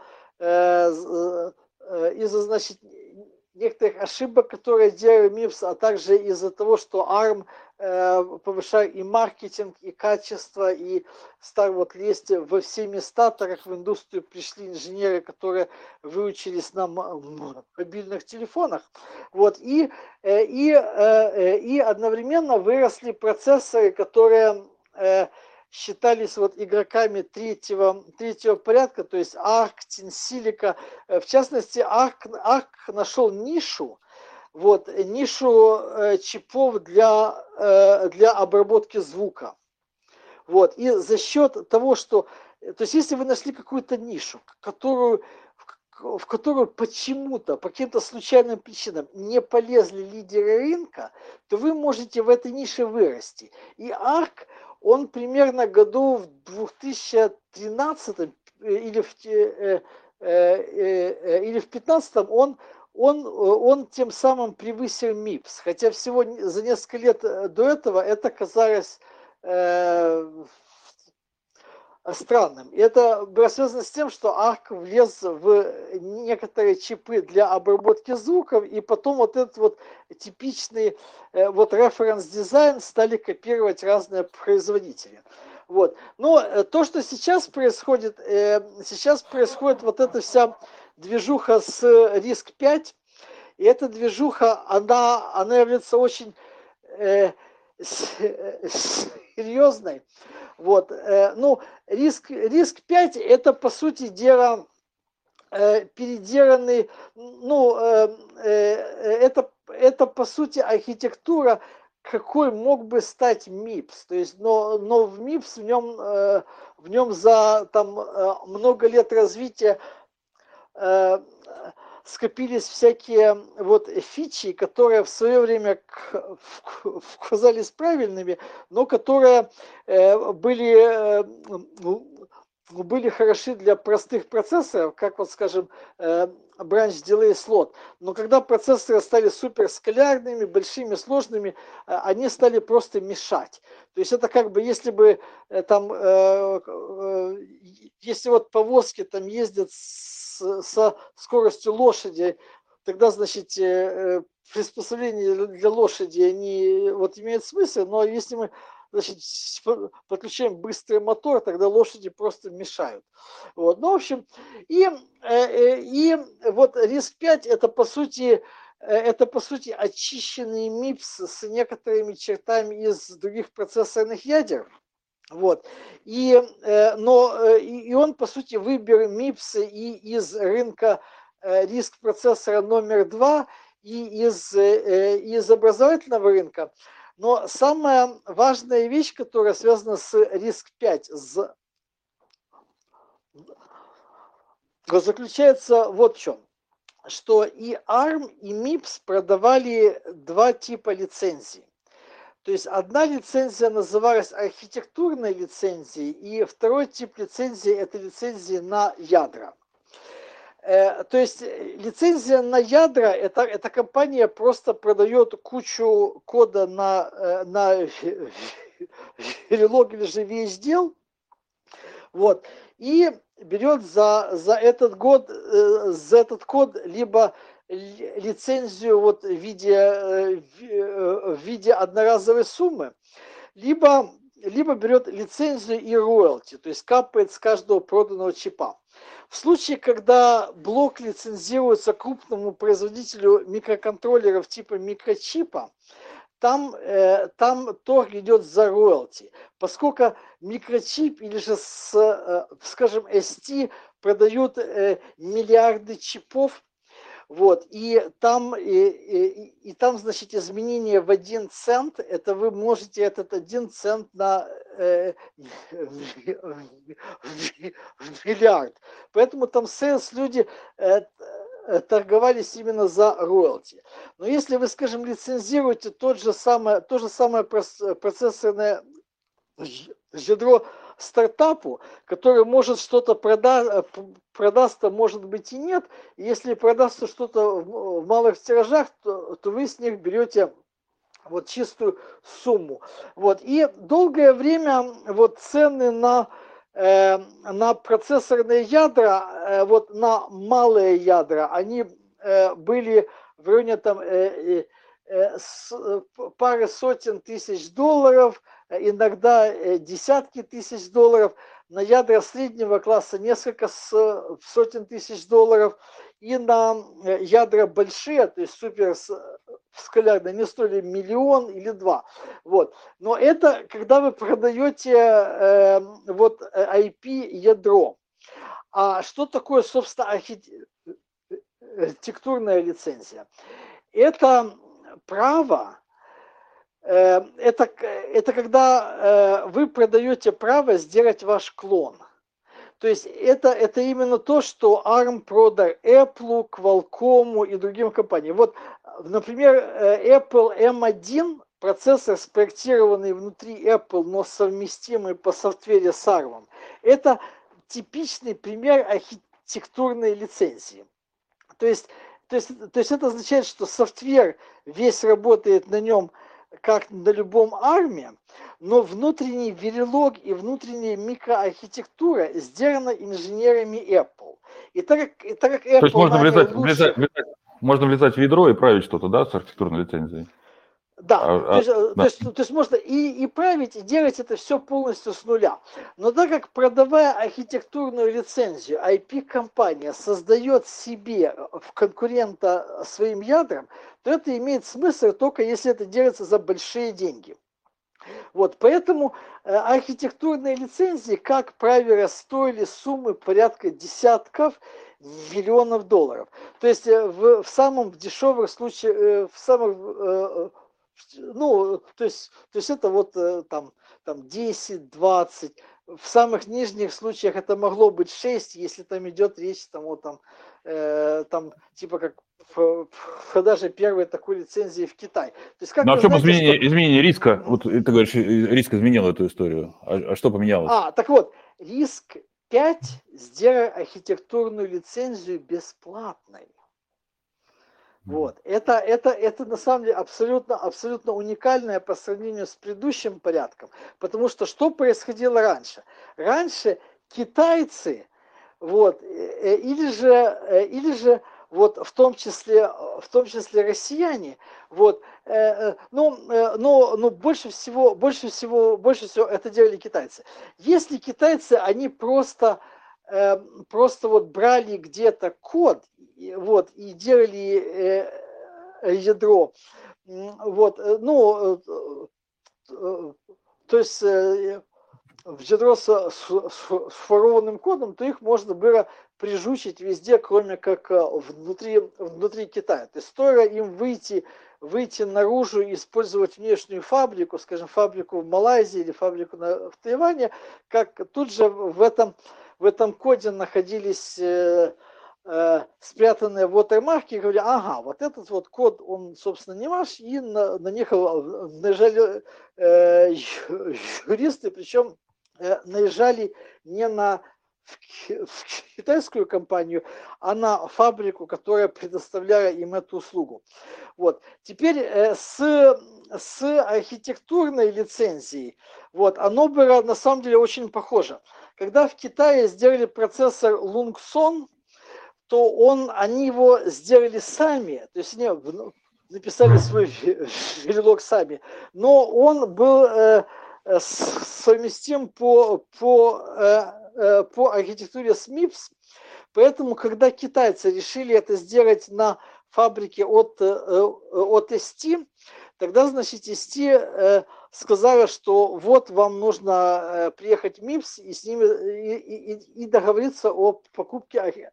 из-за, значит, некоторых ошибок, которые делал мипс, а также из-за того, что арм повышал и маркетинг, и качество, и стал вот лезть во все места, так как в индустрию пришли инженеры, которые выучились на мобильных телефонах. Вот, и, и, и одновременно выросли процессоры, которые считались вот игроками третьего, третьего порядка, то есть арк, Тинсилика. В частности, арк, арк нашел нишу, вот, нишу э, чипов для, э, для обработки звука. Вот, и за счет того, что... То есть, если вы нашли какую-то нишу, которую, в которую почему-то, по каким-то случайным причинам не полезли лидеры рынка, то вы можете в этой нише вырасти. И арк, он примерно году в две тысячи тринадцатом или в, э, э, э, или в пятнадцатом он, он, он тем самым превысил мипс. Хотя всего за несколько лет до этого это казалось э, странным. И это было связано с тем, что арк влез в некоторые чипы для обработки звуков, и потом вот этот вот типичный э, вот референс-дизайн стали копировать разные производители. Вот. Но э, то, что сейчас происходит, э, сейчас происходит вот эта вся движуха с риск пять, и эта движуха, она, она является очень э, серьезной. Вот, э, ну, риск, риск пять это, по сути дела, э, переделанный, ну, э, э, это, это, по сути, архитектура, какой мог бы стать мипс. То есть, но, но в мипс, в нем, э, в нем за там, много лет развития э, скопились всякие вот фичи, которые в свое время казались правильными, но которые э, были э, были хороши для простых процессоров, как вот, скажем, branch delay slot. Но когда процессоры стали суперскалярными, большими, сложными, они стали просто мешать. То есть это как бы, если бы там, если вот повозки там ездят с, со скоростью лошади, тогда, значит, приспособления для лошади, они вот имеют смысл, но если мы, значит, подключаем быстрый мотор, тогда лошади просто мешают. Вот. Ну, в общем, и, и вот риск пять это по сути, это по сути очищенный мипс с некоторыми чертами из других процессорных ядер. Вот. И, но, и он, по сути, выбер мипс и из рынка риск процессора номер два и из, из образовательного рынка. Но самая важная вещь, которая связана с риск пять, заключается вот в чем. Что и арм, и мипс продавали два типа лицензий. То есть одна лицензия называлась архитектурной лицензией, и второй тип лицензии – это лицензии на ядра. То есть лицензия на ядра, это, эта компания просто продает кучу кода на, на Verilog или же ви эйч ди эл, вот, и берет за, за, этот год, за этот код либо лицензию вот в, виде, в виде одноразовой суммы, либо, либо берет лицензию и роялти, то есть капает с каждого проданного чипа. В случае, когда блок лицензируется крупному производителю микроконтроллеров типа микрочипа, там, э, там торг идет за роялти. Поскольку микрочип или же, с, э, скажем, эс ти продают э, миллиарды чипов, вот, и там, и, и, и там, значит, изменение в один цент, это вы можете этот один цент на э, в миллиард. Поэтому там сейлс люди э, торговались именно за роялти. Но если вы, скажем, лицензируете тот же самое, то же самое процессорное ядро стартапу, который может что-то прода- продаст, а может быть и нет. И если продастся что-то в малых тиражах, то, то вы с них берете вот чистую сумму. Вот. И долгое время вот цены на, э, на процессорные ядра, э, вот на малые ядра, они э, были в районе там э, э, с, пары сотен тысяч долларов, иногда десятки тысяч долларов, на ядра среднего класса несколько сотен тысяч долларов, и на ядра большие, то есть супер скалярные, они стоили миллион или два. Вот. Но это когда вы продаете э, вот ай пи-ядро. А что такое, собственно, архитектурная лицензия? Это право, Это, это когда вы продаете право сделать ваш клон. То есть это, это именно то, что арм продал Apple, Qualcomm и другим компаниям. Вот, например, Apple эм один, процессор, спроектированный внутри Apple, но совместимый по софтвере с арм, это типичный пример архитектурной лицензии. То есть, то есть, то есть это означает, что софтвер весь работает на нем как на любом арме, но внутренний Verilog и внутренняя микроархитектура сделана инженерами Apple. И так как, и так как Apple... То есть можно влезать, лучше... влезать, влезать, можно влезать в ядро и править что-то, да, с архитектурной лицензией? Да, а, то, есть, а, то, да. есть, то есть можно и, и править, и делать это все полностью с нуля. Но так как, продавая архитектурную лицензию, ай пи-компания создает себе в конкурента своим ядрам, то это имеет смысл только если это делается за большие деньги. Вот, поэтому э, архитектурные лицензии, как правило, стоили суммы порядка десятков миллионов долларов. То есть э, в, в самом дешевых случаях, э, в самых... Э, Ну, то есть, то есть это вот там, там десять-двадцать, в самых нижних случаях это могло быть шесть, если там идет речь там, вот, там, э, там типа как продажа первой такой лицензии в Китай. То есть, как ну а в чем знаете, изменение, что... изменение риска? Mm-hmm. Вот ты говоришь, риск изменил эту историю. А, а что поменялось? А, так вот, риск пять сделали архитектурную лицензию бесплатной. Вот. Это, это, это на самом деле абсолютно, абсолютно уникальное по сравнению с предыдущим порядком. Потому что что происходило раньше? Раньше китайцы, вот, или же, или же вот, в том числе, в том числе россияне, вот, ну, но, но больше всего, больше всего, больше всего это делали китайцы. Если китайцы, они просто, просто вот брали где-то код, вот, и делали ядро, вот, ну, то есть в ядро с сформованным кодом, то их можно было прижучить везде, кроме как внутри, внутри Китая. То есть стоило им выйти, выйти наружу и использовать внешнюю фабрику, скажем, фабрику в Малайзии или фабрику на, в Тайване, как тут же в этом, в этом коде находились э, э, спрятанные watermarки, и говорили, ага, вот этот вот код, он, собственно, не ваш, и на, на них наезжали э, юристы, причем э, наезжали не на в китайскую компанию, а на фабрику, которая предоставляла им эту услугу. Вот. Теперь э, с, с архитектурной лицензией, вот, оно было на самом деле очень похоже. Когда в Китае сделали процессор Lungson, то он, они его сделали сами, то есть они написали свой верелок сами, но он был э, совместим по, по э, по архитектуре с мипс, поэтому, когда китайцы решили это сделать на фабрике от, от эс ти, тогда, значит, эс ти сказала, что вот вам нужно приехать в мипс и с ними и, и, и договориться о покупке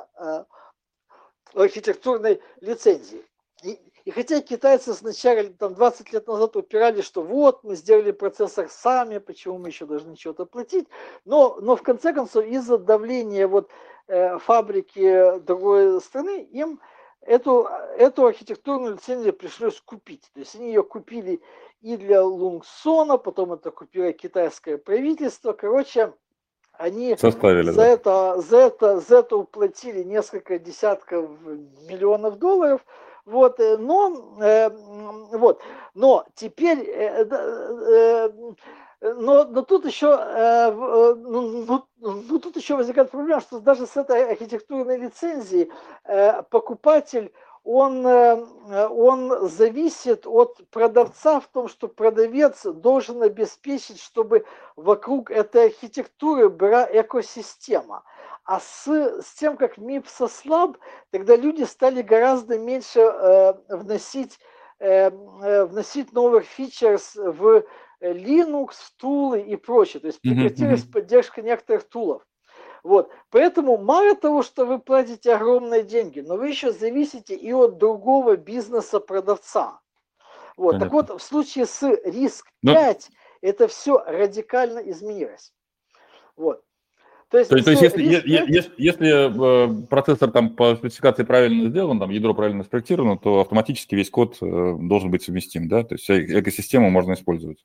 архитектурной лицензии. И, и хотя китайцы сначала, там, двадцать лет назад упирались, что вот, мы сделали процессор сами, почему мы еще должны чего-то платить, но, но в конце концов из-за давления вот, э, фабрики другой страны им эту, эту архитектурную лицензию пришлось купить. То есть они ее купили и для Лунгсона, потом это купило китайское правительство. Короче, они Составили, за, да. это, за, это, за это уплатили несколько десятков миллионов долларов. Вот, но, э, вот, но теперь, э, э, но, но тут еще, э, ну, ну, тут еще возникает проблема, что даже с этой архитектурной лицензией э, покупатель, он, э, он зависит от продавца в том, что продавец должен обеспечить, чтобы вокруг этой архитектуры была экосистема. А с, с тем, как мипс ослаб, тогда люди стали гораздо меньше э, вносить, э, вносить новых фичерс в Linux, в тулы и прочее. То есть прекратилась uh-huh, uh-huh. поддержка некоторых тулов. Вот. Поэтому мало того, что вы платите огромные деньги, но вы еще зависите и от другого бизнеса продавца. Вот. Так вот, в случае с риск пять но... это все радикально изменилось. Вот. То есть, то, то есть если, риск... если, если процессор там по спецификации правильно сделан, там ядро правильно спроектировано, то автоматически весь код должен быть совместим, да? То есть экосистему можно использовать.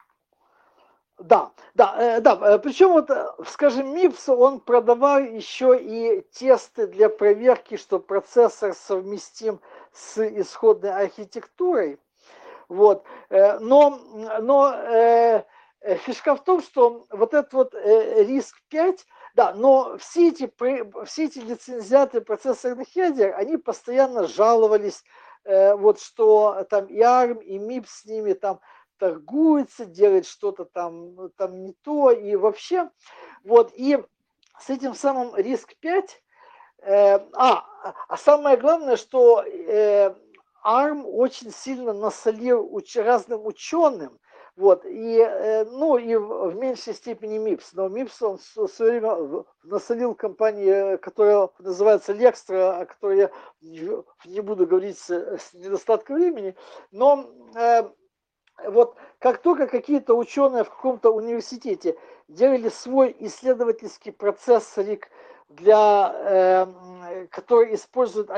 Да, да, да. Причем вот, скажем, мипс, он продавал еще и тесты для проверки, что процессор совместим с исходной архитектурой. Вот. Но, но э, фишка в том, что вот этот вот э, риск пять, да, но все эти, все эти лицензиаты процессорных ядер, они постоянно жаловались, э, вот что там и арм, и мипс с ними там торгуется, делает что-то там, там не то, и вообще, вот, и с этим самым риск пять, э, а, а самое главное, что э, арм очень сильно насолил уч, разным ученым, вот, и, э, ну, и в, в меньшей степени мипс, но мипс он в свое время насолил компании, которая называется Lextra, о которой я не, не буду говорить с, с недостатком времени, но э, вот как только какие-то ученые в каком-то университете делали свой исследовательский процессорик, для, э, который использует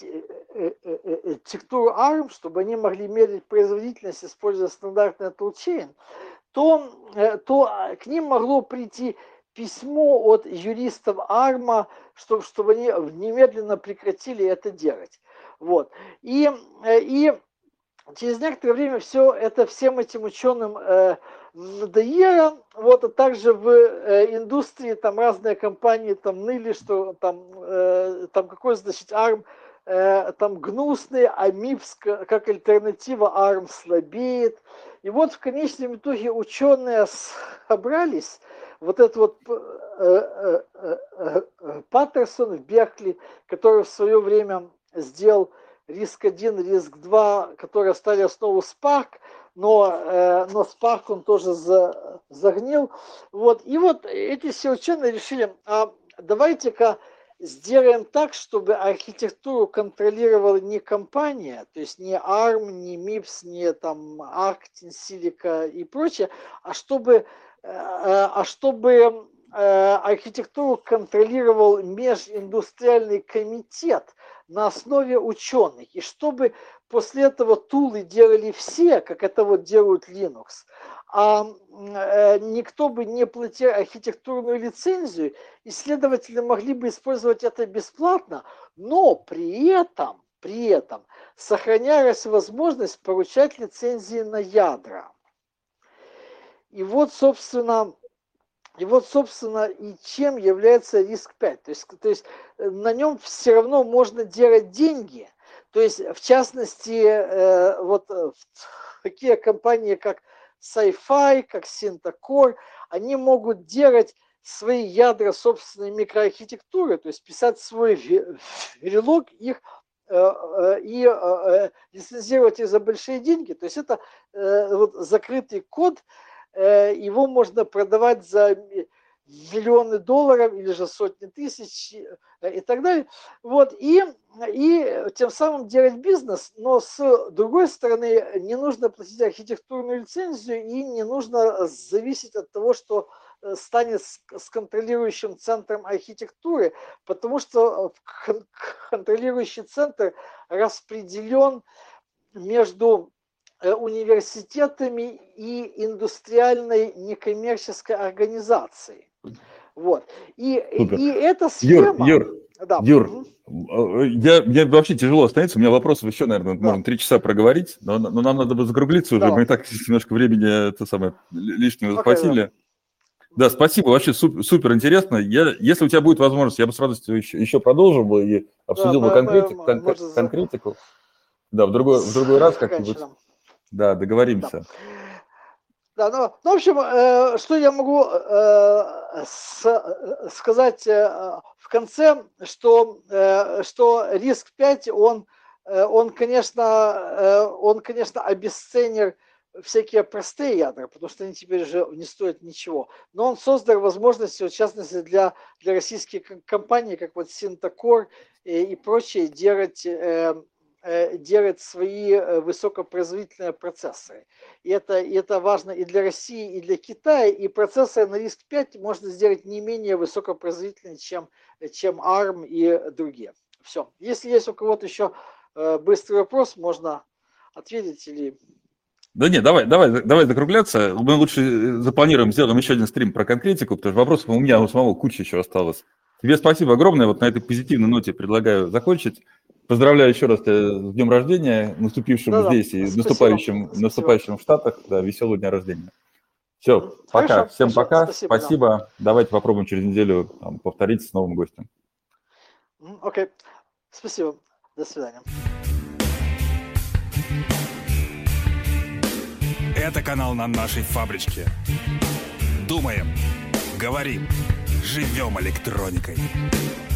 архитектуру арм, чтобы они могли мерить производительность, используя стандартный toolchain, то, э, то к ним могло прийти письмо от юристов АРМа, чтобы, чтобы они немедленно прекратили это делать. Вот. И, и через некоторое время все это всем этим ученым э, надоело. Вот, а также в э, индустрии там разные компании там ныли, что там, э, там какой, значит, арм э, там гнусный, а МИПС как альтернатива арм слабеет. И вот в конечном итоге ученые собрались, вот этот вот э, э, э, э, Паттерсон в Беркли, который в свое время сделал риск один, риск два, которые стали основу Spark, но, э, но Spark он тоже за, загнил. Вот. И вот эти все ученые решили, а давайте-ка сделаем так, чтобы архитектуру контролировала не компания, то есть не арм, не МИПС, не там Arctic, Silica и прочее, а чтобы, э, а чтобы э, архитектуру контролировал межиндустриальный комитет на основе ученых. И чтобы после этого тулы делали все, как это вот делают Linux, а э, никто бы не платил архитектурную лицензию, исследователи могли бы использовать это бесплатно, но при этом, при этом сохранялась возможность получать лицензии на ядра. И вот, собственно, И вот, собственно, и чем является риск пять. То есть, то есть на нем все равно можно делать деньги. То есть, в частности, э, вот такие компании, как Sci-Fi, как Syntacore, они могут делать свои ядра собственной микроархитектуры, то есть писать свой верилог, их э, э, и э, лицензировать их за большие деньги. То есть это э, вот, закрытый код, его можно продавать за миллионы долларов или же сотни тысяч и так далее. Вот. И, и тем самым делать бизнес, но с другой стороны не нужно платить архитектурную лицензию и не нужно зависеть от того, что станет с контролирующим центром архитектуры, потому что контролирующий центр распределен между университетами и индустриальной некоммерческой организацией. Вот. И, и эта схема... Юр, Юр, да. Юр я, мне вообще тяжело остановиться, у меня вопросов еще, наверное, да. можно три часа проговорить, но, но нам надо бы закруглиться уже, да. Мы и так немножко времени это самое, лишнего okay, захватили. Да. Да, спасибо, вообще супер, супер интересно. Я, если у тебя будет возможность, я бы с радостью еще, еще продолжил бы и обсудил да, бы конкретик, мы, кон, может, конкретику. Да, в другой, в другой раз как-нибудь. Да, договоримся. Да, да ну, ну, в общем, э, что я могу э, с, сказать э, в конце, что, э, что риск пять, он, э, он, конечно, э, он, конечно, обесценит всякие простые ядра, потому что они теперь уже не стоят ничего. Но он создал возможности, в частности, для, для российских компаний, как вот Syntacore и, и прочие, делать... Э, делать свои высокопроизводительные процессоры. И это, и это важно и для России, и для Китая. И процессоры на риск пять можно сделать не менее высокопроизводительные, чем, чем арм и другие. Все. Если есть у кого-то еще быстрый вопрос, можно ответить или... Да нет, давай, давай, давай закругляться. Мы лучше запланируем, сделаем еще один стрим про конкретику, потому что вопросов у меня у самого куча еще осталось. Тебе спасибо огромное. Вот на этой позитивной ноте предлагаю закончить. Поздравляю еще раз тебя с днем рождения, наступившим да, здесь да. и спасибо. наступающим, спасибо. наступающим в Штатах. Да, веселого дня рождения. Все, пока. Хорошо, Всем хорошо. пока. Спасибо. спасибо. Да. Давайте попробуем через неделю там, повторить с новым гостем. Окей. Okay. Спасибо. До свидания. Это канал на нашей фабричке. Думаем, говорим, живем электроникой.